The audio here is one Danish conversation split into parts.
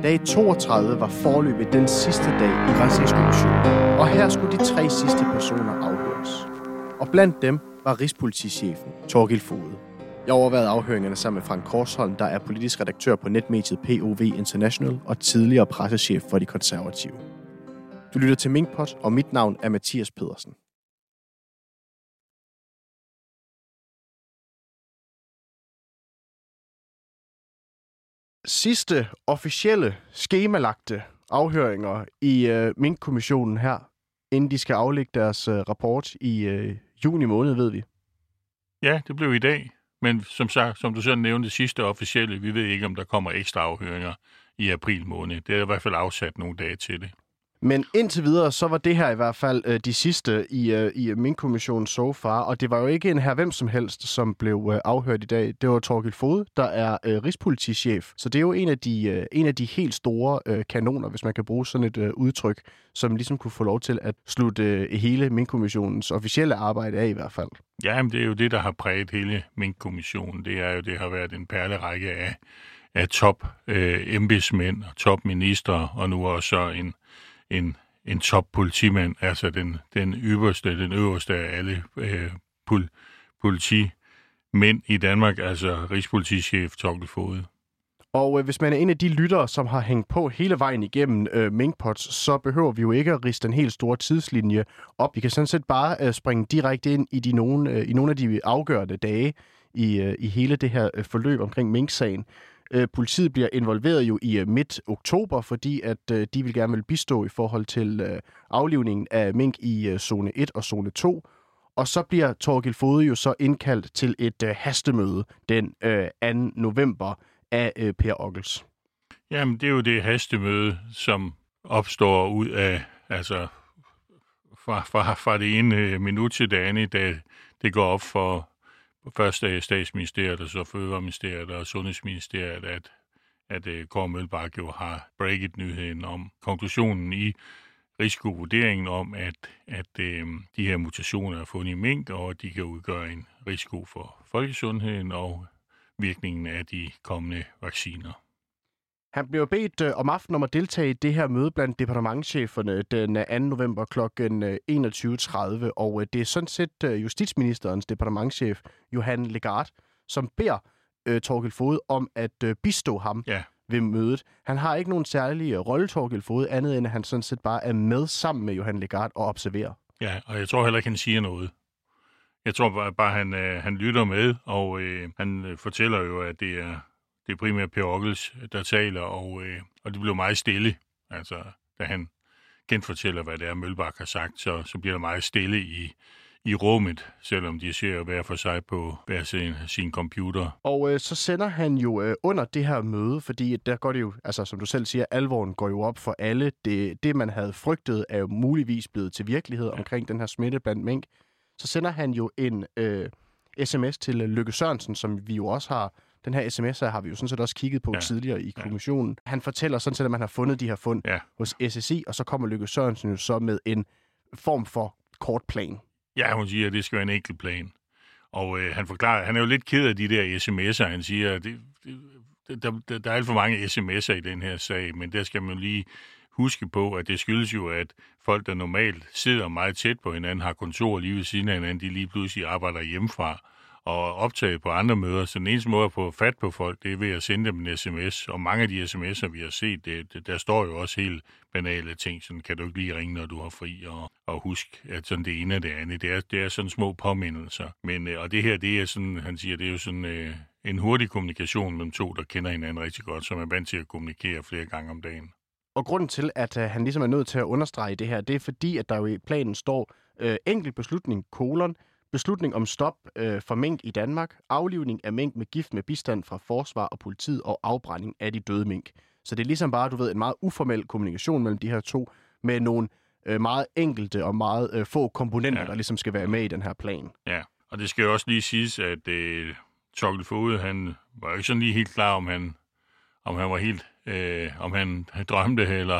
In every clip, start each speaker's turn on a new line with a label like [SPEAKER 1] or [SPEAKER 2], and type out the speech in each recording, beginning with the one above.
[SPEAKER 1] Dag 32 var foreløbig den sidste dag i granskningskommissionen, og her skulle de 3 sidste personer afhøres. Og blandt dem var rigspolitichefen Thorkild Foged. Jeg overvejede afhøringerne sammen med Frank Korsholm, der er politisk redaktør på netmediet POV International og tidligere pressechef for De Konservative. Du lytter til Minkpot, og mit navn er Mathias Pedersen. Sidste officielle skemalagte afhøringer i Mink-kommissionen her, inden de skal aflægge deres rapport i juni måned, ved vi.
[SPEAKER 2] Ja, det blev i dag. Men som sagt, som du selv nævnte, sidste officielle, vi ved ikke, om der kommer ekstra afhøringer i april måned. Det er i hvert fald afsat nogle dage til det.
[SPEAKER 1] Men indtil videre, så var det her i hvert fald de sidste i Mink-kommissionen so far, og det var jo ikke en her hvem som helst, som blev afhørt i dag. Det var Thorkild Foged, der er rigspolitichef. Så det er jo en af de helt store kanoner, hvis man kan bruge sådan et udtryk, som ligesom kunne få lov til at slutte hele Mink-kommissionens officielle arbejde af i hvert fald.
[SPEAKER 2] Ja, men det er jo det, der har præget hele Mink-kommissionen. Det har været en perlerække af top embedsmænd og topministre, og nu også en top politimand, altså den øverste af alle politimænd i Danmark, altså rigspolitichef Thorkild Foged.
[SPEAKER 1] Og hvis man er en af de lyttere, som har hængt på hele vejen igennem Minkpots, så behøver vi jo ikke at riste en helt stor tidslinje op. Vi kan sådan set bare springe direkte ind i nogle af de afgørende dage i hele det her forløb omkring Mink-sagen. Politiet bliver involveret jo i midt-oktober, fordi at de vil gerne vil bistå i forhold til aflivningen af mink i zone 1 og zone 2. Og så bliver Thorkild Foged jo så indkaldt til et hastemøde den 2. november af Per Ockels.
[SPEAKER 2] Jamen, det er jo det hastemøde, som opstår ud af, altså fra det ene minut til det andet, da det går op for først af Statsministeriet, og så Fødevareministeriet og Sundhedsministeriet, at Kåre Mølbak jo har breaket nyheden om konklusionen i risikovurderingen om, at de her mutationer er fundet i mink, og de kan udgøre en risiko for folkesundheden og virkningen af de kommende vacciner.
[SPEAKER 1] Han blev bedt om aftenen om at deltage i det her møde blandt departementscheferne den 2. november kl. 21.30, og det er sådan set justitsministerens departementschef, Johan Legarth, som beder Thorkild Foged om at bistå ham ved mødet. Han har ikke nogen særlige rolle, Thorkild Foged, andet end at han sådan set bare er med sammen med Johan Legarth og observerer.
[SPEAKER 2] Ja, og jeg tror heller ikke, han siger noget. Jeg tror bare, han lytter med, og han fortæller jo, at det er primært Per Ockels, der taler, og det blev meget stille. Altså, da han genfortæller, hvad det er, Mølbak har sagt, så bliver der meget stille i rummet, selvom de ser hver for sig på hver sin computer.
[SPEAKER 1] Og så sender han jo under det her møde, fordi der går det jo, altså som du selv siger, alvoren går jo op for alle. Det man havde frygtet, er jo muligvis blevet til virkelighed omkring den her smitte blandt mink. Så sender han jo en sms til Løkke Sørensen, som vi jo også har. Den her sms har vi jo sådan set også kigget på tidligere i kommissionen. Han fortæller sådan set, at man har fundet de her fund hos SSI, og så kommer Løkke Sørensen jo så med en form for kort plan.
[SPEAKER 2] Ja, hun siger, at det skal være en enkelt plan. Og han forklarer, han er jo lidt ked af de der sms'er. Han siger, at der er alt for mange sms'er i den her sag, men der skal man lige huske på, at det skyldes jo, at folk, der normalt sidder meget tæt på hinanden, har kontor lige ved siden af hinanden, de lige pludselig arbejder hjemmefra og optage på andre møder. Så den eneste måde at få fat på folk, det er ved at sende dem en sms. Og mange af de sms'er, vi har set, der står jo også helt banale ting. Sådan kan du ikke lige ringe, når du har fri, og husk, at sådan det ene og det andet, det er sådan små påmindelser. Men, og det her, det er sådan, han siger, det er jo sådan en hurtig kommunikation mellem to, der kender hinanden rigtig godt, som er vant til at kommunikere flere gange om dagen.
[SPEAKER 1] Og grunden til, at han ligesom er nødt til at understrege det her, det er fordi, at der jo i planen står enkelt beslutning, beslutning om stop for mink i Danmark, aflivning af mink med gift med bistand fra forsvar og politiet og afbrænding af de døde mink. Så det er ligesom bare, du ved, en meget uformel kommunikation mellem de her to, med nogle meget enkelte og meget få komponenter, der ligesom skal være med i den her plan.
[SPEAKER 2] Ja, og det skal jo også lige siges, at Thorkild Foged, han var jo ikke sådan lige helt klar, om han var helt, om han drømte, eller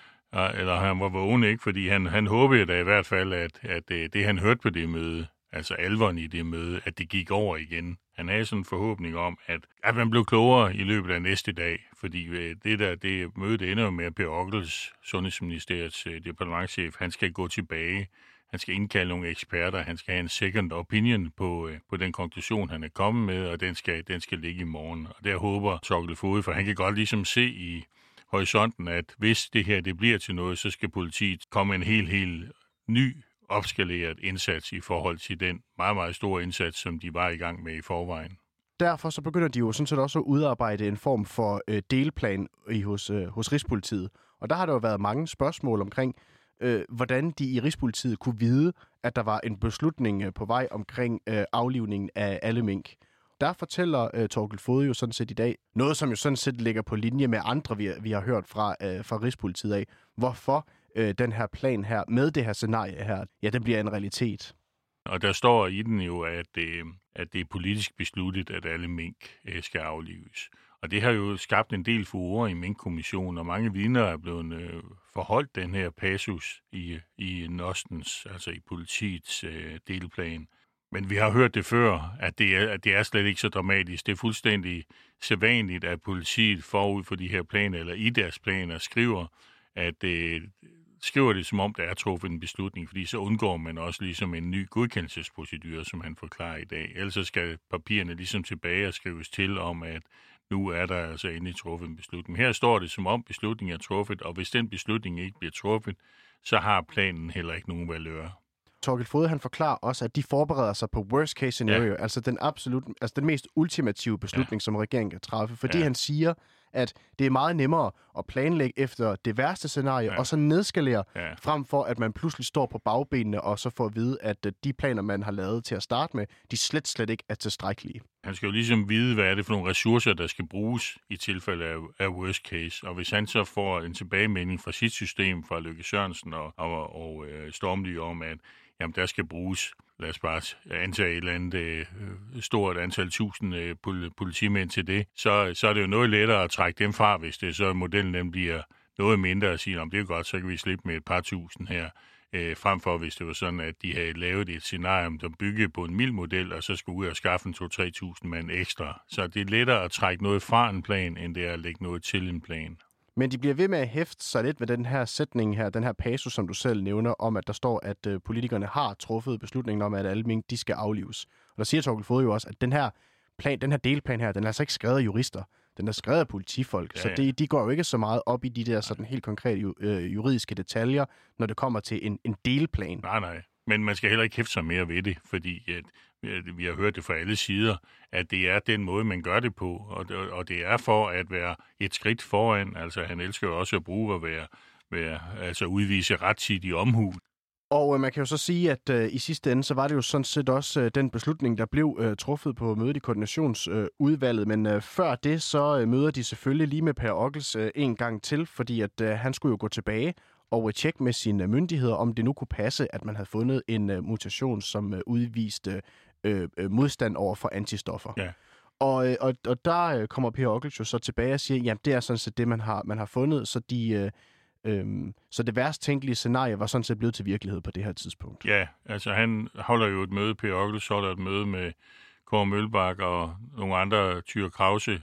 [SPEAKER 2] han var vågen, ikke? Fordi han håbede da i hvert fald, at det han hørte på det møde, altså alvoren i det møde, at det gik over igen. Han havde sådan en forhåbning om, at man blev klogere i løbet af næste dag, fordi det møde ender jo med, at Per Ockels, Sundhedsministeriets departementschef, han skal gå tilbage. Han skal indkalde nogle eksperter, han skal have en second opinion på den konklusion, han er kommet med, og den skal ligge i morgen. Og der håber Thorkild Foged, for han kan godt ligesom se i horisonten, at hvis det her det bliver til noget, så skal politiet komme en helt ny opskaleret indsats i forhold til den meget, meget store indsats, som de var i gang med i forvejen.
[SPEAKER 1] Derfor så begynder de jo sådan set også at udarbejde en form for delplan hos Rigspolitiet. Og der har der jo været mange spørgsmål omkring, hvordan de i Rigspolitiet kunne vide, at der var en beslutning på vej omkring aflivningen af alle mink. Der fortæller Thorkild Foged jo sådan set i dag noget, som jo sådan set ligger på linje med andre, vi har hørt fra Rigspolitiet af, hvorfor den her plan her, med det her scenarie her, ja, den bliver en realitet.
[SPEAKER 2] Og der står i den jo, at det er politisk besluttet, at alle mink skal aflives. Og det har jo skabt en del furore i Minkkommissionen, og mange vidner er blevet forholdt den her passus i NOSTens, altså i politiets delplan. Men vi har hørt det før, at det er slet ikke så dramatisk. Det er fuldstændig sædvanligt, at politiet forud for de her planer, eller i deres planer, skriver det, som om der er truffet en beslutning, fordi så undgår man også ligesom en ny godkendelsesprocedure, som han forklarer i dag. Ellers så skal papirerne ligesom tilbage og skrives til om, at nu er der altså endelig truffet en beslutning. Her står det, som om beslutningen er truffet, og hvis den beslutning ikke bliver truffet, så har planen heller ikke nogen valør.
[SPEAKER 1] Thorkild Foged, han forklarer også, at de forbereder sig på worst case scenario, altså den mest ultimative beslutning, som regeringen kan træffe, fordi han siger, at det er meget nemmere at planlægge efter det værste scenarie, og så nedskalere, frem for at man pludselig står på bagbenene, og så får at vide, at de planer, man har lavet til at starte med, de slet ikke er tilstrækkelige.
[SPEAKER 2] Han skal jo ligesom vide, hvad er det for nogle ressourcer, der skal bruges i tilfælde af worst case, og hvis han så får en tilbagemelding fra sit system, fra Løkke Sørensen og Stormly om, at jamen, der skal bruges, lad os bare antage et eller andet stort antal tusind politimænd til det, så er det jo noget lettere at trække dem fra, hvis det så modellen den bliver noget mindre at sige, om det er godt, så kan vi slippe med et par tusind her, frem for hvis det var sådan, at de havde lavet et scenarie, der byggede på en mild model, og så skulle ud og skaffe en 2-3.000 mand ekstra. Så det er lettere at trække noget fra en plan, end det er at lægge noget til en plan.
[SPEAKER 1] Men de bliver ved med at hæfte sig lidt ved den her sætning her, den her passus, som du selv nævner, om at der står, at politikerne har truffet beslutningen om, at alle mink, de skal aflives. Og der siger Thorkild Foged jo også, at den her delplan her, den er altså ikke skrevet af jurister. Den er skrevet af politifolk, så de går jo ikke så meget op i de der sådan helt konkrete juridiske detaljer, når det kommer til en delplan.
[SPEAKER 2] Nej. Men man skal heller ikke hæfte sig mere ved det, fordi vi har hørt det fra alle sider, at det er den måde, man gør det på, og det er for at være et skridt foran. Altså, han elsker jo også at bruge at altså udvise rettidig omhu.
[SPEAKER 1] Og man kan jo så sige, at i sidste ende, så var det jo sådan set også den beslutning, der blev truffet på mødet i koordinationsudvalget. Men før det, så møder de selvfølgelig lige med Per Ockels en gang til, fordi at han skulle jo gå tilbage og tjekke med sine myndigheder, om det nu kunne passe, at man havde fundet en mutation, som udviste modstand over for antistoffer.
[SPEAKER 2] Ja.
[SPEAKER 1] Og der kommer Per Ockels jo så tilbage og siger, jamen det er sådan set det, man har fundet, så det værst tænkelige scenarie var sådan set blevet til virkelighed på det her tidspunkt.
[SPEAKER 2] Ja, altså han holder jo et møde, Per Ockels holder et møde med Kåre Mølbak og nogle andre Thyre Krause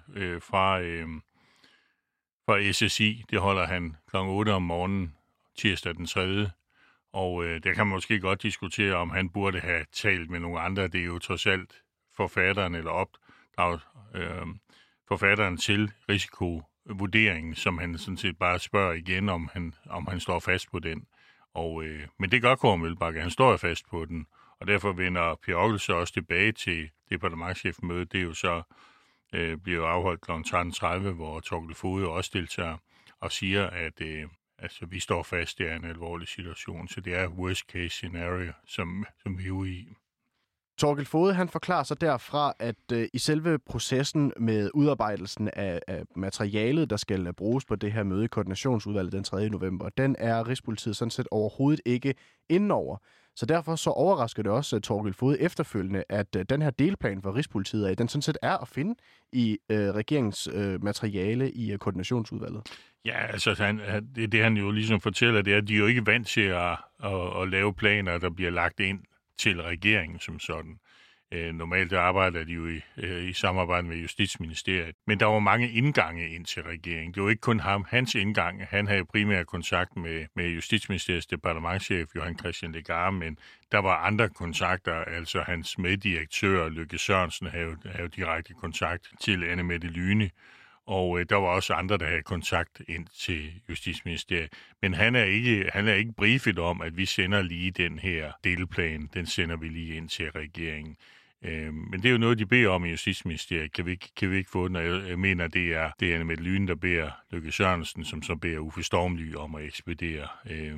[SPEAKER 2] fra SSI. Det holder han kl. 8 om morgenen, tirsdag den 3. Og der kan man måske godt diskutere, om han burde have talt med nogle andre. Det er jo trods alt forfatteren eller forfatteren til risikovurderingen, som han sådan set bare spørger igen, om han står fast på den. Men det gør Kåre Mølbak, han står fast på den, og derfor vender Per Ockels så også tilbage til departementschefmødet. Det er jo så bliver jo afholdt kl. 13.30, hvor Thorkild Foged også deltager og siger, at altså, vi står fast, det er en alvorlig situation, så det er worst case scenario, som vi er ude i.
[SPEAKER 1] Thorkild Foged, han forklarer sig derfra, at i selve processen med udarbejdelsen af materialet, der skal bruges på det her møde i koordinationsudvalget den 3. november, den er Rigspolitiet sådan set overhovedet ikke indenover. Så derfor så overrasker det også Thorkild Foged efterfølgende, at den her delplan for Rigspolitiet, den sådan set er at finde i regeringens materiale i koordinationsudvalget.
[SPEAKER 2] Ja, altså det han jo ligesom fortæller, det er, at de er jo ikke vant til at lave planer, der bliver lagt ind til regeringen som sådan. Normalt der arbejder de jo i samarbejde med Justitsministeriet. Men der var mange indgange ind til regeringen. Det var ikke kun hans indgang. Han havde primært kontakt med Justitsministeriets departementschef, Johan Christian Legarde, men der var andre kontakter, altså hans meddirektør, Lykke Sørensen, havde direkte kontakt til Anne-Mette Lyne. Og der var også andre, der havde kontakt ind til Justitsministeriet. Men han er ikke briefet om, at vi sender lige den her delplan. Den sender vi lige ind til regeringen. Men det er jo noget, de beder om i Justitsministeriet. Kan vi ikke få den? Og jeg mener, det er Anne-Mette Lyne, der beder Lykke Sørensen, som så beder Uffe Stormly om at ekspedere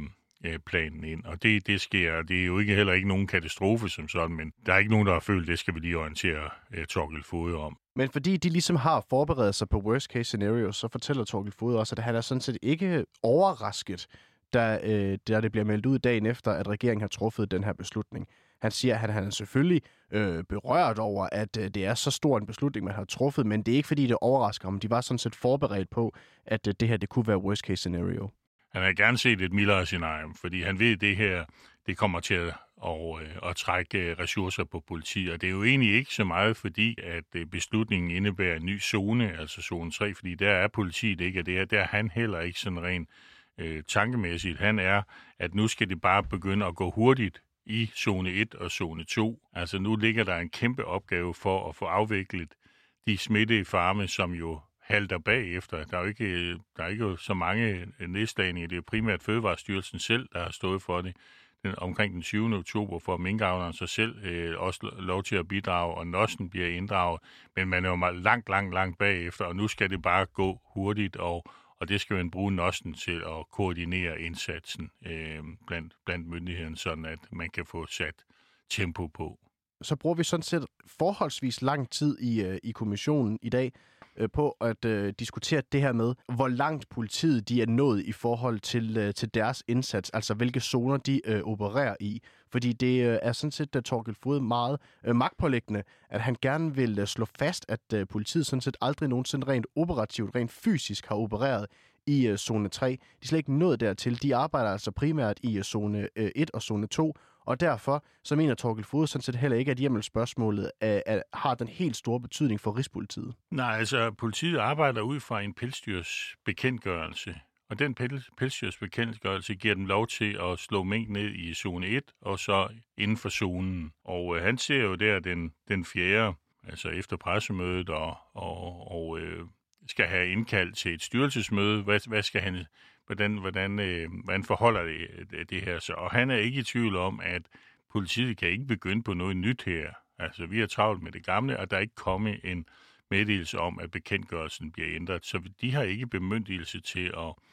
[SPEAKER 2] planen ind. Og det sker. Det er jo heller ikke nogen katastrofe som sådan, men der er ikke nogen, der har følt, det skal vi lige orientere Thorkild Foged om.
[SPEAKER 1] Men fordi de ligesom har forberedt sig på worst case scenario, så fortæller Thorkild Foged også, at han er sådan set ikke overrasket, da det bliver meldt ud dagen efter, at regeringen har truffet den her beslutning. Han siger, at han er selvfølgelig berørt over, at det er så stor en beslutning, man har truffet, men det er ikke fordi, det overrasker ham. De var sådan set forberedt på, at det her det kunne være worst case scenario.
[SPEAKER 2] Han har gerne set et mildere scenario, fordi han ved, at det her det kommer til at trække ressourcer på politiet. Og det er jo egentlig ikke så meget, fordi at beslutningen indebærer en ny zone, altså zone 3, fordi der er politiet ikke, og der er han heller ikke sådan rent tankemæssigt. Han er, at nu skal det bare begynde at gå hurtigt i zone 1 og zone 2. Altså nu ligger der en kæmpe opgave for at få afviklet de smittede farme, som jo halter bagefter. Der er ikke så mange nedslagninger. Det er primært Fødevarestyrelsen selv, der har stået for det. Omkring den 20. oktober får minkavleren sig selv også lov til at bidrage, og NOS'en bliver inddraget. Men man er jo langt bagefter, og nu skal det bare gå hurtigt, og det skal man bruge NOS'en til at koordinere indsatsen blandt myndighederne, sådan at man kan få sat tempo på.
[SPEAKER 1] Så bruger vi sådan set forholdsvis lang tid i kommissionen i dag på at diskutere det her med, hvor langt politiet de er nået i forhold til deres indsats, altså hvilke zoner de opererer i. Fordi det er sådan set Thorkild Foged meget magtpåliggende, at han gerne vil slå fast, at politiet sådan set aldrig nogensinde rent operativt, rent fysisk har opereret i zone 3. De er slet ikke nået dertil. De arbejder altså primært i zone 1 og zone 2, og derfor så mener Thorkild Foged sådan set heller ikke, at hjemmelsspørgsmålet har den helt store betydning for Rigspolitiet.
[SPEAKER 2] Nej, altså politiet arbejder ud fra en pelsdyrsbekendtgørelse, og den pelsdyrsbekendtgørelse giver dem lov til at slå mink ned i zone 1, og så inden for zonen. Og han ser jo der den 4., altså efter pressemødet, og skal have indkaldt til et styrelsesmøde. Hvad skal han... Hvordan forholder det her så? Og han er ikke i tvivl om, at politiet kan ikke begynde på noget nyt her. Altså, vi har travlt med det gamle, og der er ikke kommet en meddelelse om, at bekendtgørelsen bliver ændret. Så de har ikke bemyndigelse til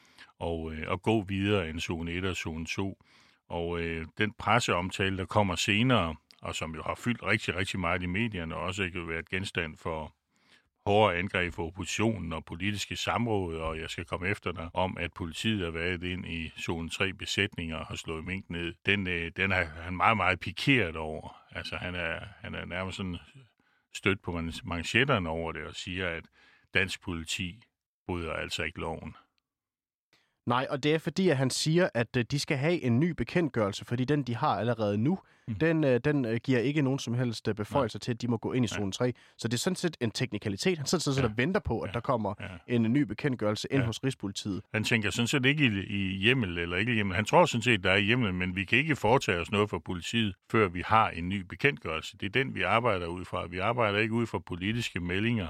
[SPEAKER 2] at gå videre end zone 1 og zone 2. Og den presseomtale, der kommer senere, og som jo har fyldt rigtig, rigtig meget i medierne, og også ikke været genstand for hårde angreb for oppositionen og politiske samråd, og jeg skal komme efter dig om, at politiet har været ind i zone 3 besætninger og har slået mink ned. Den er han meget, meget pikeret over. Altså han er nærmest sådan stødt på manchetterne over det og siger, at dansk politi bryder altså ikke loven.
[SPEAKER 1] Nej, og det er fordi, at han siger, at de skal have en ny bekendtgørelse, fordi den, de har allerede nu, den giver ikke nogen som helst beføjelser til, at de må gå ind i zone 3. Så det er sådan set en teknikalitet. Han sidder og venter på, at der kommer en ny bekendtgørelse ind hos Rigspolitiet.
[SPEAKER 2] Han tænker sådan set ikke i hjemmel eller ikke i hjemmel. Han tror sådan set, der er i hjemmel, men vi kan ikke foretage os noget for politiet, før vi har en ny bekendtgørelse. Det er den, vi arbejder ud fra. Vi arbejder ikke ud fra politiske meldinger.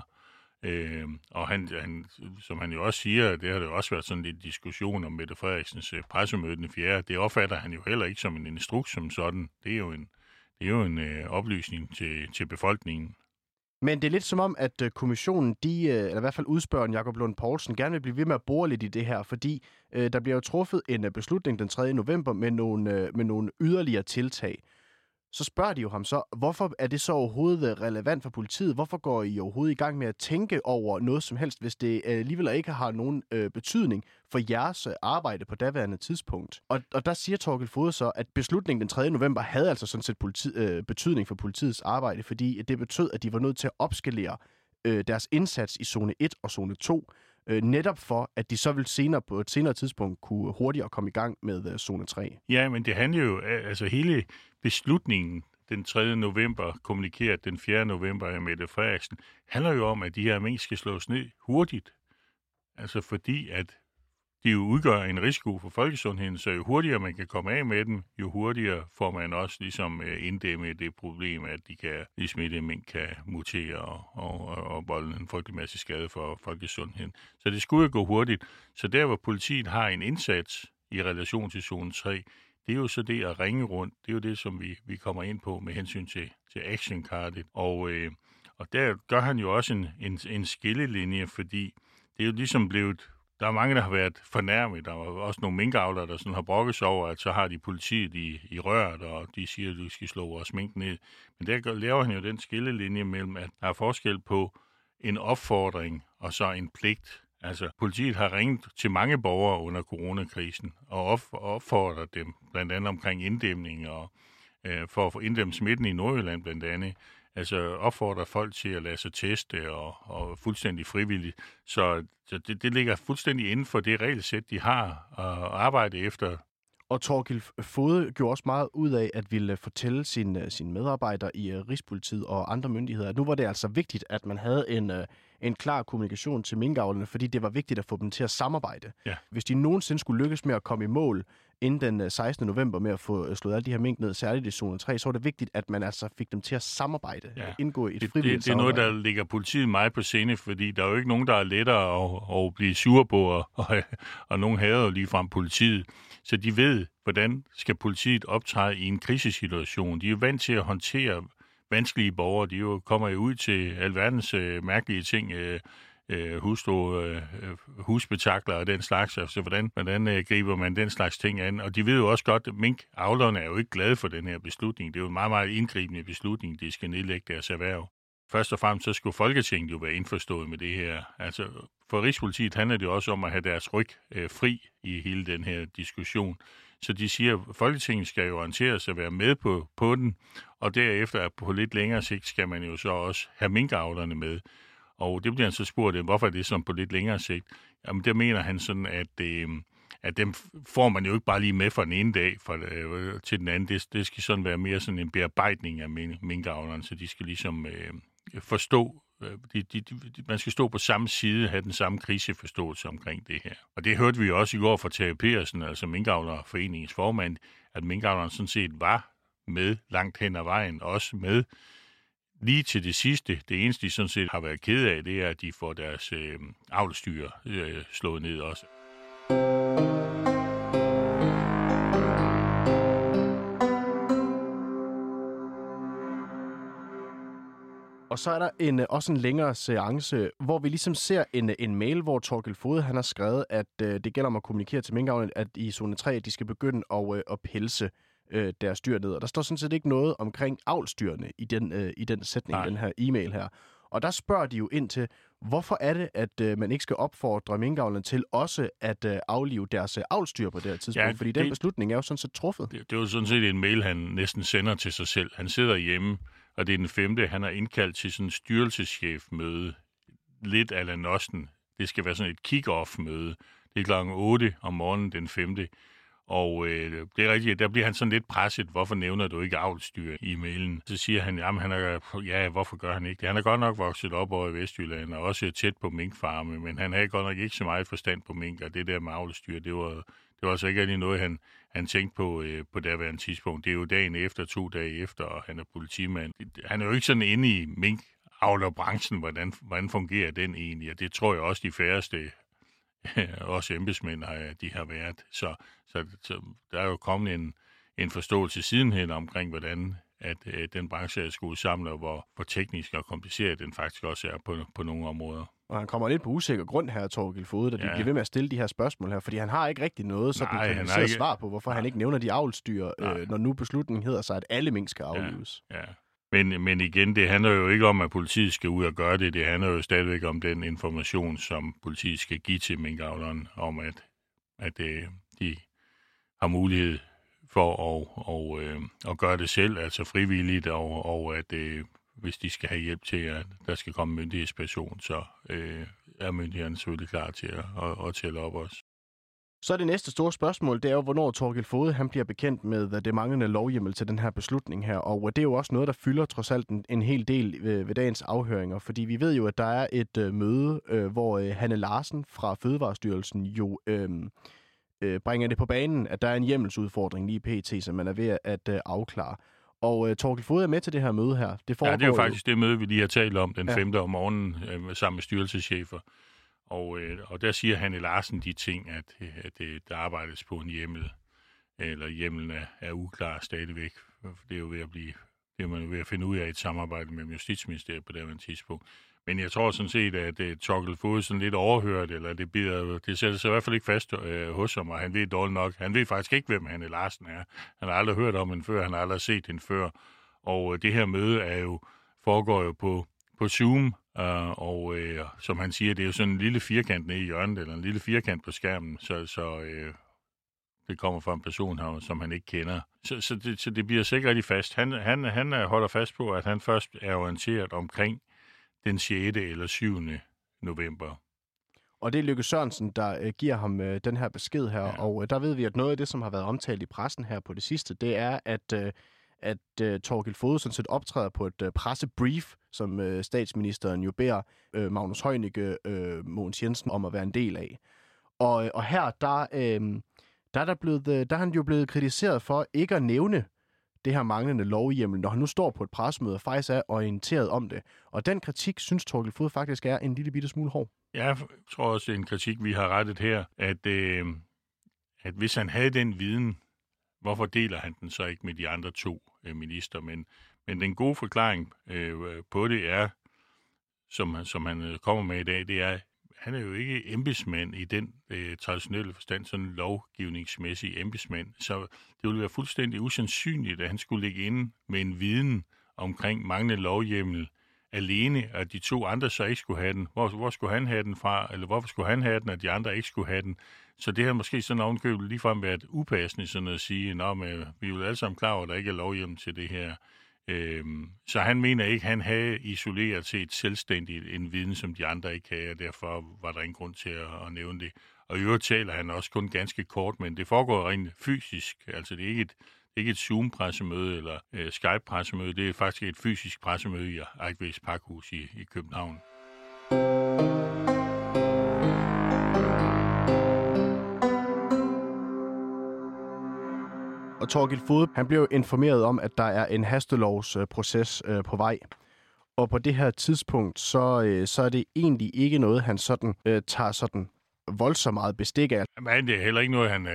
[SPEAKER 2] Og han, som han jo også siger, det har det jo også været sådan lidt diskussion om Mette Frederiksens pressemøde den 4. Det opfatter han jo heller ikke som en instruks som sådan. Det er jo en oplysning til befolkningen.
[SPEAKER 1] Men det er lidt som om, at kommissionen, eller i hvert fald udspørgeren Jakob Lund Poulsen, gerne vil blive ved med at bore lidt i det her, fordi der bliver jo truffet en beslutning den 3. november med nogle yderligere tiltag. Så spørger de jo ham så, hvorfor er det så overhovedet relevant for politiet? Hvorfor går I overhovedet i gang med at tænke over noget som helst, hvis det alligevel ikke har nogen betydning for jeres arbejde på daværende tidspunkt? Og der siger Thorkild Foged så, at beslutningen den 3. november havde altså sådan set betydning for politiets arbejde, fordi det betød, at de var nødt til at opskalere deres indsats i zone 1 og zone 2, netop for, at de så vil på et senere tidspunkt kunne hurtigere komme i gang med zone 3.
[SPEAKER 2] Ja, men det handler jo, altså hele beslutningen den 3. november kommunikeret den 4. november af Mette Frederiksen, handler jo om, at de her mink skal slås ned hurtigt. Altså fordi, at de jo udgør en risiko for folkesundheden, så jo hurtigere man kan komme af med dem, jo hurtigere får man også ligesom inddæmme det problem, at de smittede mink kan mutere og volde en frygtelig masse skade for folkesundheden. Så det skulle jo gå hurtigt. Så der, hvor politiet har en indsats i relation til zone 3, det er jo så det at ringe rundt. Det er jo det, som vi kommer ind på med hensyn til actionkartet. Og der gør han jo også en skillelinje, fordi det er jo ligesom blevet... Der er mange, der har været fornærmet. Der er også nogle minkavlere, der sådan har brokket sig over, at så har de politiet i røret, og de siger, at du skal slå vores mink ned. Men der laver han jo den skillelinje mellem, at der er forskel på en opfordring og så en pligt. Altså, politiet har ringet til mange borgere under coronakrisen og opfordret dem, blandt andet omkring inddæmning og for at få inddæmmet smitten i Nordjylland blandt andet. Altså opfordrer folk til at lade sig teste og fuldstændig frivilligt. Så det ligger fuldstændig inden for det regelsæt, de har at arbejde efter.
[SPEAKER 1] Og Thorkild Foged gjorde også meget ud af at ville fortælle sine medarbejdere i Rigspolitiet og andre myndigheder, at nu var det altså vigtigt, at man havde en klar kommunikation til minkavlerne, fordi det var vigtigt at få dem til at samarbejde. Ja. Hvis de nogensinde skulle lykkes med at komme i mål inden den 16. november med at få slået alle de her mink ned, særligt i zone 3, så var det vigtigt, at man altså fik dem til at samarbejde, indgå i et frivilligt
[SPEAKER 2] det er noget, der ligger politiet meget på scene, fordi der er jo ikke nogen, der er lettere at blive sure på, og nogen hader jo ligefrem politiet. Så de ved, hvordan skal politiet optræde i en krisesituation. De er jo vant til at håndtere vanskelige borgere. De kommer jo ud til alverdens mærkelige ting, husbetakler og den slags. Altså, hvordan griber man den slags ting an? Og de ved jo også godt, at minkavlerne er jo ikke glade for den her beslutning. Det er jo en meget, meget indgribende beslutning, de skal nedlægge deres erhverv. Først og fremmest så skulle Folketinget jo være indforstået med det her. Altså, for Rigspolitiet handler det også om at have deres ryg fri i hele den her diskussion. Så de siger, at Folketinget skal jo orienteres at være med på den, og derefter på lidt længere sigt skal man jo så også have minkavlerne med. Og det bliver han så spurgt, hvorfor er det sådan på lidt længere sigt? Jamen, der mener han sådan, at dem får man jo ikke bare lige med fra den ene dag til den anden. Det skal sådan være mere sådan en bearbejdning af minkavlerne, så de skal ligesom forstå, man skal stå på samme side, have den samme kriseforståelse omkring det her. Og det hørte vi også i går fra Tage Persen, altså Minkavlerforeningens formand, at minkavlerne sådan set var med langt hen ad vejen, også med lige til det sidste. Det eneste, de sådan set har været ked af, det er, at de får deres avlsdyr slået ned også.
[SPEAKER 1] Og så er der også en længere seance, hvor vi ligesom ser en mail, hvor Thorkild Foged han har skrevet, at det gælder om at kommunikere til minkavlerne, at i zone 3, at de skal begynde at pelse deres dyr ned. Og der står sådan set ikke noget omkring avlsdyrene i den sætning, den her e-mail her. Og der spørger de jo ind til, hvorfor er det, at man ikke skal opfordre minkavlerne til også at aflive deres avlsdyr på det her tidspunkt? Ja, fordi den beslutning er jo sådan set truffet.
[SPEAKER 2] Det er jo sådan set en mail, han næsten sender til sig selv. Han sidder hjemme, og det er den 5. Han har indkaldt til sådan en styrelseschefmøde, lidt a la Nosten. Det skal være sådan et kick-off-møde. Det er klokken 8 om morgenen den 5. Og det er rigtigt, der bliver han sådan lidt presset. Hvorfor nævner du ikke avlsdyr i mailen? Så siger han, jamen hvorfor gør han ikke det? Han er godt nok vokset op over i Vestjylland, og også tæt på minkfarme, men han havde godt nok ikke så meget forstand på mink, og det der med avlsdyr, det var altså ikke rigtig noget, han tænkte på derværende tidspunkt. Det er jo dagen efter, 2 dage efter, og han er politimand. Han er jo ikke sådan inde i minkavlerbranchen, hvordan fungerer den egentlig, og det tror jeg også de færreste også embedsmænd de har været. Så der er jo kommet en forståelse sidenhen omkring, hvordan at den branche er skruet sammen, og hvor teknisk og kompliceret den faktisk også er på nogle områder. Og
[SPEAKER 1] han kommer lidt på usikker grund her, Thorkild Foged, da de bliver ved med at stille de her spørgsmål her, fordi han har ikke rigtig noget sådan kvalificeret svar på, hvorfor han ikke nævner de avlsdyr, når nu beslutningen hedder sig, at alle mink skal aflives.
[SPEAKER 2] Ja. Men igen, det handler jo ikke om, at politiet skal ud og gøre det. Det handler jo stadigvæk om den information, som politiet skal give til minkavleren, om at de har mulighed for at gøre det selv, altså frivilligt, og at hvis de skal have hjælp til, at der skal komme myndighedsperson, så er myndighederne selvfølgelig klar til at tælle op også.
[SPEAKER 1] Så er det næste store spørgsmål, det er jo, hvornår Thorkild Foged han bliver bekendt med det manglende lovhjemmel til den her beslutning her. Og det er jo også noget, der fylder trods alt en hel del ved dagens afhøringer. Fordi vi ved jo, at der er et møde, hvor Hanne Larsen fra Fødevarestyrelsen jo bringer det på banen, at der er en hjemmelsudfordring lige pt., som man er ved at afklare. Og Thorkild Foged er med til det her møde her. Det
[SPEAKER 2] det er jo faktisk det møde, vi lige har talt om den 5. om morgenen sammen med styrelseschefer. Og der siger Hanne Larsen de ting, at der arbejdes på en hjemmel, eller hjemmelen er uklar stadigvæk. Det er jo ved at blive, det er man jo ved at finde ud af et samarbejde med Justitsministeriet på det tidspunkt. Men jeg tror sådan set, at Thorkild Foged sådan lidt overhørt, eller det sætter sig i hvert fald ikke fast hos ham, og han ved dårligt nok. Han ved faktisk ikke, hvem Hanne Larsen er. Han har aldrig hørt om hende før, han har aldrig set hende før. Og det her møde foregår jo på Zoom, og som han siger, det er jo sådan en lille firkant nede i hjørnet, eller en lille firkant på skærmen, så det kommer fra en person her, som han ikke kender. Så det bliver sikkert rigtig fast. Han holder fast på, at han først er orienteret omkring den 6. eller 7. november. Og det er Lykke Sørensen, der giver ham den her besked her, ja. Og der ved vi, at noget af det, som har været omtalt i pressen her på det sidste, det er, at Thorkild Foged sådan set optræder på et pressebrief, som statsministeren jo beder Magnus Heunicke, Mogens Jensen om at være en del af. Og her, der er han jo blevet kritiseret for ikke at nævne det her manglende lovhjemmel, når han nu står på et pressemøde og faktisk er orienteret om det. Og den kritik, synes Thorkild Foged faktisk er en lille bitte smule hård. Jeg tror også, det er en kritik, vi har rettet her, at hvis han havde den viden, hvorfor deler han den så ikke med de andre 2 minister? Men den gode forklaring på det er, som han kommer med i dag, det er, han er jo ikke embedsmand i den traditionelle forstand, sådan lovgivningsmæssig embedsmand. Så det ville være fuldstændig usandsynligt, at han skulle ligge inde med en viden omkring manglende lovhjemmel alene, at de 2 andre så ikke skulle have den. Hvor skulle han have den fra, eller hvorfor skulle han have den, at de andre ikke skulle have den? Så det har måske sådan ovenkøbet ligefrem været upassende sådan at sige, at vi er jo alle sammen klar over, at der ikke er lovhjemmel til det her. Så han mener ikke, at han havde isoleret set selvstændigt en viden, som de andre ikke havde, og derfor var der ingen grund til at nævne det. Og i øvrigt taler han også kun ganske kort, men det foregår rent fysisk. Altså det er ikke et Zoom-pressemøde eller Skype-pressemøde, det er faktisk et fysisk pressemøde i Eigtveds Pakhus i København. Og Thorkild Foged, han blev informeret om, at der er en hastelovsproces på vej. Og på det her tidspunkt, så er det egentlig ikke noget, han sådan tager sådan voldsomt meget bestik af. Men det er heller ikke noget, han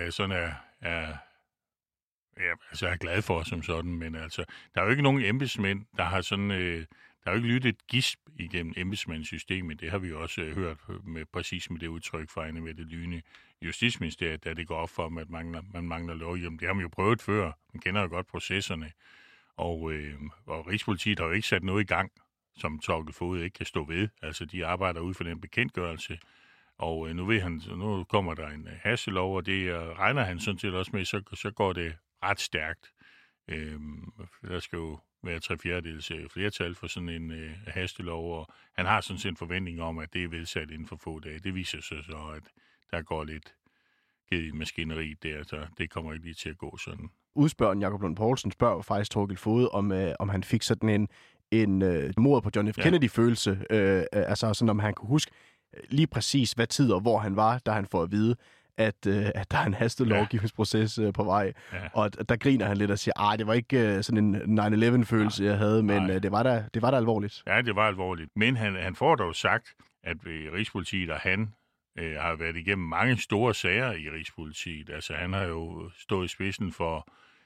[SPEAKER 2] er glad for som sådan. Men altså, der er jo ikke nogen embedsmænd, der har sådan... Der er jo ikke lyttet et gisp igennem embedsmandssystemet. Det har vi jo også hørt præcis med det udtryk fra Anne Mette Lyne i Justitsministeriet, da det går op for dem, at man mangler lovhjemmel. Det har man jo prøvet før. Man kender jo godt processerne. Og Rigspolitiet har jo ikke sat noget i gang, som Thorkild Foged ikke kan stå ved. Altså, de arbejder ud for den bekendtgørelse. Og nu kommer der en hastelov, og det regner han sådan set også med, så går det ret stærkt. Der skal jo være 3/4 flertal for sådan en hastelov, og han har sådan set en forventning om, at det er vedsat inden for få dage. Det viser sig så, at der går lidt givet i maskineriet der, så det kommer ikke lige til at gå sådan. Udspørgen Jakob Lund Poulsen spørger faktisk Thorkild Foged, om han fik sådan en mord på John F. Kennedy-følelse, altså sådan, om han kunne huske lige præcis, hvad tid og hvor han var, da han får at vide, at der er en hastelovgivningsproces på vej. Ja. Og der griner han lidt og siger, det var ikke sådan en 9/11-følelse, jeg havde, men det var da alvorligt. Ja, det var alvorligt. Men han får dog sagt, at Rigspolitiet og han har været igennem mange store sager i Rigspolitiet. Altså, han har jo stået i spidsen for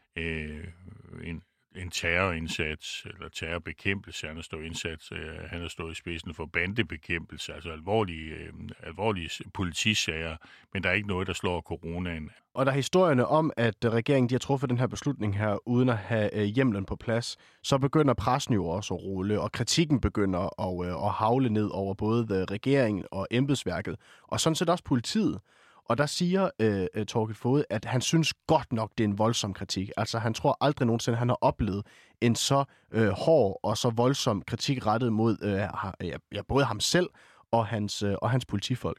[SPEAKER 2] en terrorindsats, eller terrorbekæmpelse. Han har stået i spidsen for bandebekæmpelse, altså alvorlige politisager, men der er ikke noget, der slår coronaen. Og der er historierne om, at regeringen de har truffet den her beslutning her, uden at have hjemmelen på plads, så begynder pressen jo også at rulle, og kritikken begynder at havle ned over både regeringen og embedsværket, og sådan set også politiet. Og der siger Thorkild Foged, at han synes godt nok, det er en voldsom kritik. Altså han tror aldrig nogensinde, han har oplevet en så hård og så voldsom kritik rettet mod både ham selv og hans politifolk.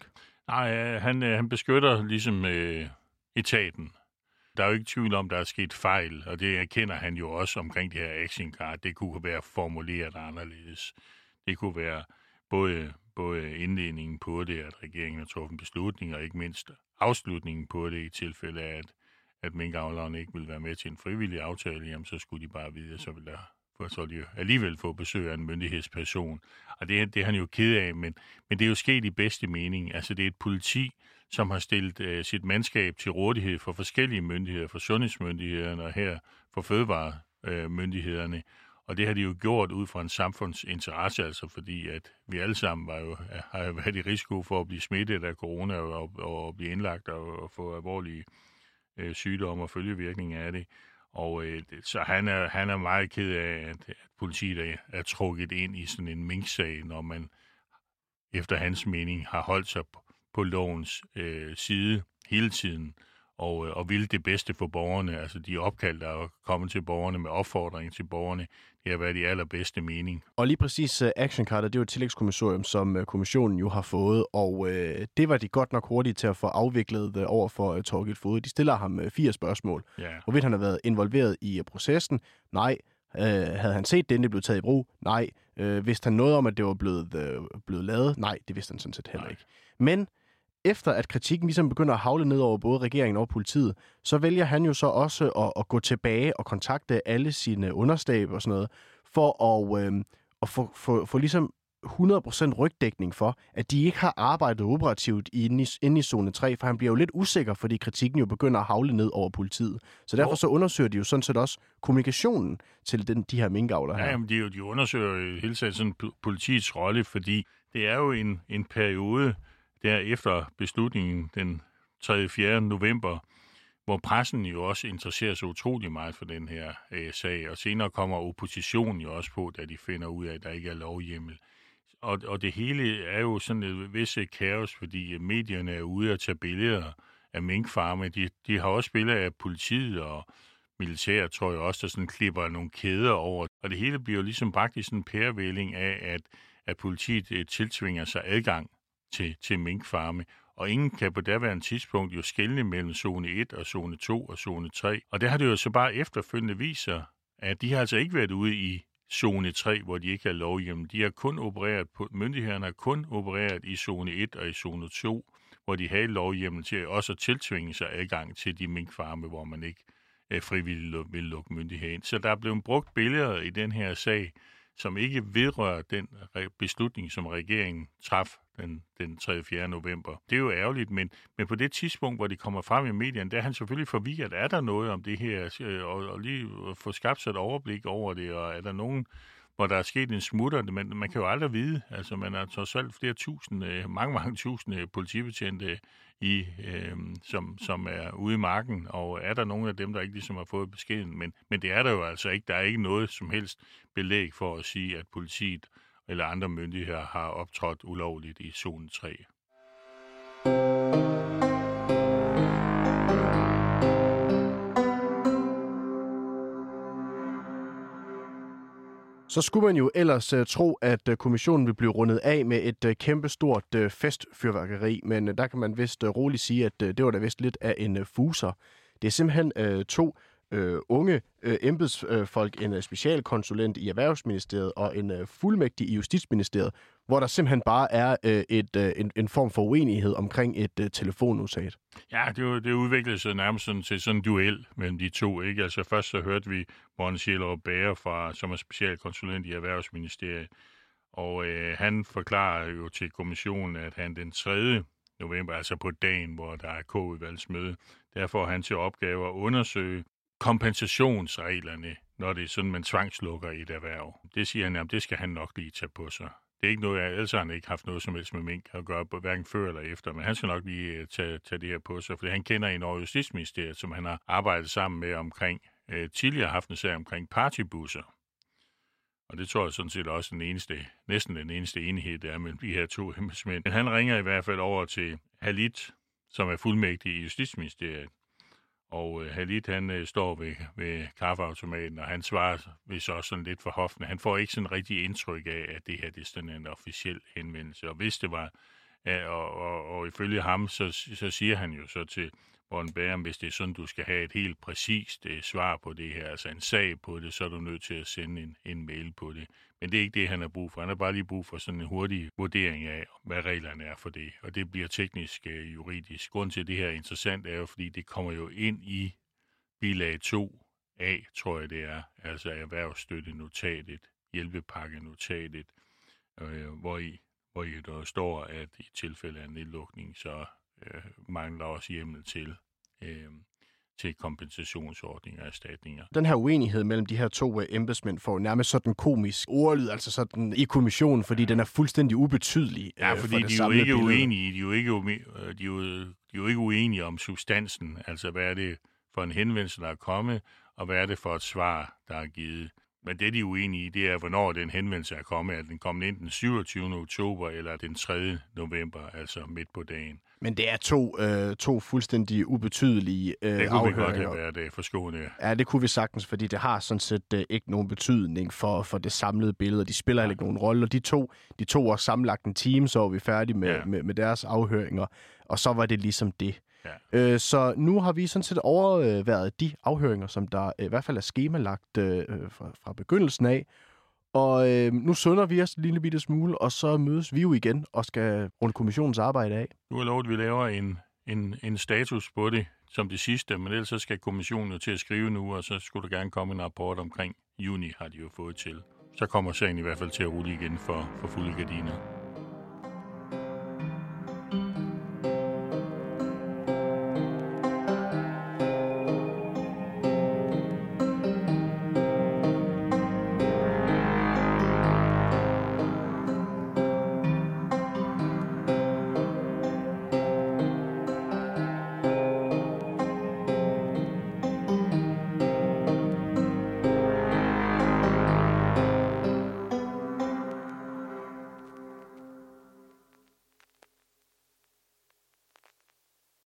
[SPEAKER 2] Nej, han beskytter ligesom etaten. Der er jo ikke tvivl om, der er sket fejl, og det erkender han jo også omkring det her action card. Det kunne være formuleret anderledes. Det kunne være både indledningen på det, at regeringen har truffet en beslutning, og ikke mindst afslutningen på det i tilfælde af, at minkavlerne ikke vil være med til en frivillig aftale, jamen så skulle de bare vide, så vil de alligevel få besøg af en myndighedsperson. Og det er han jo ked af, men det er jo sket i bedste mening. Altså det er et politi, som har stillet sit mandskab til rådighed for forskellige myndigheder, for sundhedsmyndighederne og her for fødevaremyndighederne. Og det har de jo gjort ud fra en samfundsinteresse, altså fordi at vi alle sammen har jo været i risiko for at blive smittet af corona og blive indlagt og få alvorlige sygdomme og følgevirkninger af det. Og så han er meget ked af, at politiet er trukket ind i sådan en minksag, når man efter hans mening har holdt sig på lovens side hele tiden og ville det bedste for borgerne. Altså de opkald, der er kommet til borgerne med opfordring til borgerne, det har været i allerbedste mening.
[SPEAKER 1] Og lige præcis Action Card, det er jo et tillægskommissorium, som kommissionen jo har fået, og det var de godt nok hurtige til at få afviklet over for Thorkild Foged. De stiller ham 4 spørgsmål.
[SPEAKER 2] Ja.
[SPEAKER 1] Hvorvidt han har været involveret i processen? Nej. Havde han set det, inden det blev taget i brug? Nej. Vidste han noget om, at det var blevet lavet? Nej, det vidste han sådan set heller ikke. Men efter at kritikken ligesom begynder at havle ned over både regeringen og politiet, så vælger han jo så også at gå tilbage og kontakte alle sine understab og sådan noget, for at få ligesom 100% rygdækning for, at de ikke har arbejdet operativt inde i zone 3, for han bliver jo lidt usikker, fordi kritikken jo begynder at havle ned over politiet. Så derfor så undersøger de jo sådan set også kommunikationen til de her minkavlere her.
[SPEAKER 2] Ja, men de undersøger jo hele tiden sådan politiets rolle, fordi det er jo en periode der efter beslutningen den 3. 4. november, hvor pressen jo også interesserer sig utrolig meget for den her sag, og senere kommer oppositionen jo også på, da de finder ud af, at der ikke er lovhjemmel. Og det hele er jo sådan et visse kaos, fordi medierne er ude at tage billeder af minkfarme. De har også billeder af politiet og militæret, tror jeg også, der sådan klipper nogle kæder over. Og det hele bliver jo ligesom faktisk en pærevælling af, at politiet tiltvinger sig adgang til minkfarme. Og ingen kan på daværende tidspunkt jo skelne mellem zone 1 og zone 2 og zone 3. Og der har det jo så bare efterfølgende viser, at de har altså ikke været ude i zone 3, hvor de ikke har lovhjemmel. Myndighederne har kun opereret i zone 1 og i zone 2, hvor de havde lovhjemmel til også at tiltvinge sig adgang til de minkfarme, hvor man ikke frivilligt vil lukke myndighed ind. Så der er blevet brugt billeder i den her sag, som ikke vedrører den beslutning, som regeringen traf den 3. 4. november. Det er jo ærgerligt, men på det tidspunkt, hvor det kommer frem i medierne, der er han selvfølgelig forvirret. Er der noget om det her? Og lige få skabt sig et overblik over det, og er der nogen, hvor der er sket en smutter? Man kan jo aldrig vide. Altså, man har trods alt flere tusinde, mange tusinde politibetjente som er ude i marken, og er der nogle af dem, der ikke ligesom har fået beskeden? Men det er der jo altså ikke. Der er ikke noget som helst belæg for at sige, at politiet eller andre myndigheder har optrådt ulovligt i zone 3.
[SPEAKER 1] Så skulle man jo ellers tro, at kommissionen vil blive rundet af med et kæmpestort festfyrværkeri, men der kan man vist roligt sige, at det var da vist lidt af en fuser. Det er simpelthen 2 unge embedsfolk, en specialkonsulent i Erhvervsministeriet og en fuldmægtig i Justitsministeriet, hvor der simpelthen bare er en form for uenighed omkring et telefonnotat.
[SPEAKER 2] Ja, det udviklede sig nærmest sådan til sådan en duel mellem de to, ikke? Altså først så hørte vi Morten Sjællerup Bager, som er specialkonsulent i Erhvervsministeriet, og han forklarer jo til kommissionen, at han den 3. november, altså på dagen, hvor der er K-udvalgsmøde, der får han til opgave at undersøge kompensationsreglerne, når det er sådan, man tvangslukker et erhverv. Det siger han, at det skal han nok lige tage på sig. Det er ikke noget, ellers har han ikke haft noget som helst med mink at gøre, hverken før eller efter, men han skal nok lige tage det her på sig, fordi han kender en over Justitsministeriet, som han har arbejdet sammen med omkring, tidligere haft en sag omkring partybusser. Og det tror jeg sådan set også næsten den eneste enhed, der er mellem de her 2 embedsmænd. Men han ringer i hvert fald over til Halit, som er fuldmægtig i Justitsministeriet. Og Halit, han står ved kaffeautomaten, og han svarer vist også sådan lidt for hoften. Han får ikke sådan rigtig indtryk af, at det her det er sådan en officiel henvendelse. Og hvis det var Ja, og ifølge ham, så siger han jo så til Morten Bærum, hvis det er sådan, du skal have et helt præcist svar på det her, altså en sag på det, så er du nødt til at sende en mail på det. Men det er ikke det, han har brug for. Han har bare lige brug for sådan en hurtig vurdering af, hvad reglerne er for det. Og det bliver teknisk juridisk. Grunden til, at det her er interessant, er jo, fordi det kommer jo ind i bilag 2a, tror jeg det er, altså erhvervsstøttenotatet, hjælpepakkenotatet, hvor i der står, at i tilfælde af nedlukning, så mangler også hjemmel til kompensationsordninger og erstatninger.
[SPEAKER 1] Den her uenighed mellem de her to embedsmænd får nærmest sådan komisk ordlyd, altså sådan i kommissionen, fordi den er fuldstændig ubetydelig.
[SPEAKER 2] Ja, fordi de er jo ikke uenige. De er jo ikke uenige om substansen, altså hvad er det for en henvendelse, der er kommet, og hvad er det for et svar, der er givet. Men det, de er uenige i, det er, hvornår den henvendelse er kommet. Er den kommet ind den 27. oktober eller den 3. november, altså midt på dagen. Men
[SPEAKER 1] det er to fuldstændig ubetydelige afhøringer.
[SPEAKER 2] Det kunne vi godt have været forskående.
[SPEAKER 1] Ja, det kunne vi sagtens, fordi det har sådan set ikke nogen betydning for det samlede billede. De spiller ikke nogen rolle, og de to var sammenlagt en time, så var vi færdige med deres afhøringer, og så var det ligesom det. Ja. Så nu har vi sådan set overværet de afhøringer, som der i hvert fald er skemalagt fra begyndelsen af. Og nu sønder vi os en lille bitte smule, og så mødes vi jo igen og skal runde kommissionens arbejde af.
[SPEAKER 2] Nu er lovet, at vi laver en status på det som det sidste, men ellers så skal kommissionen jo til at skrive nu, og så skulle der gerne komme en rapport omkring juni, har de jo fået til. Så kommer sagen i hvert fald til at rulle igen for fulde gardiner.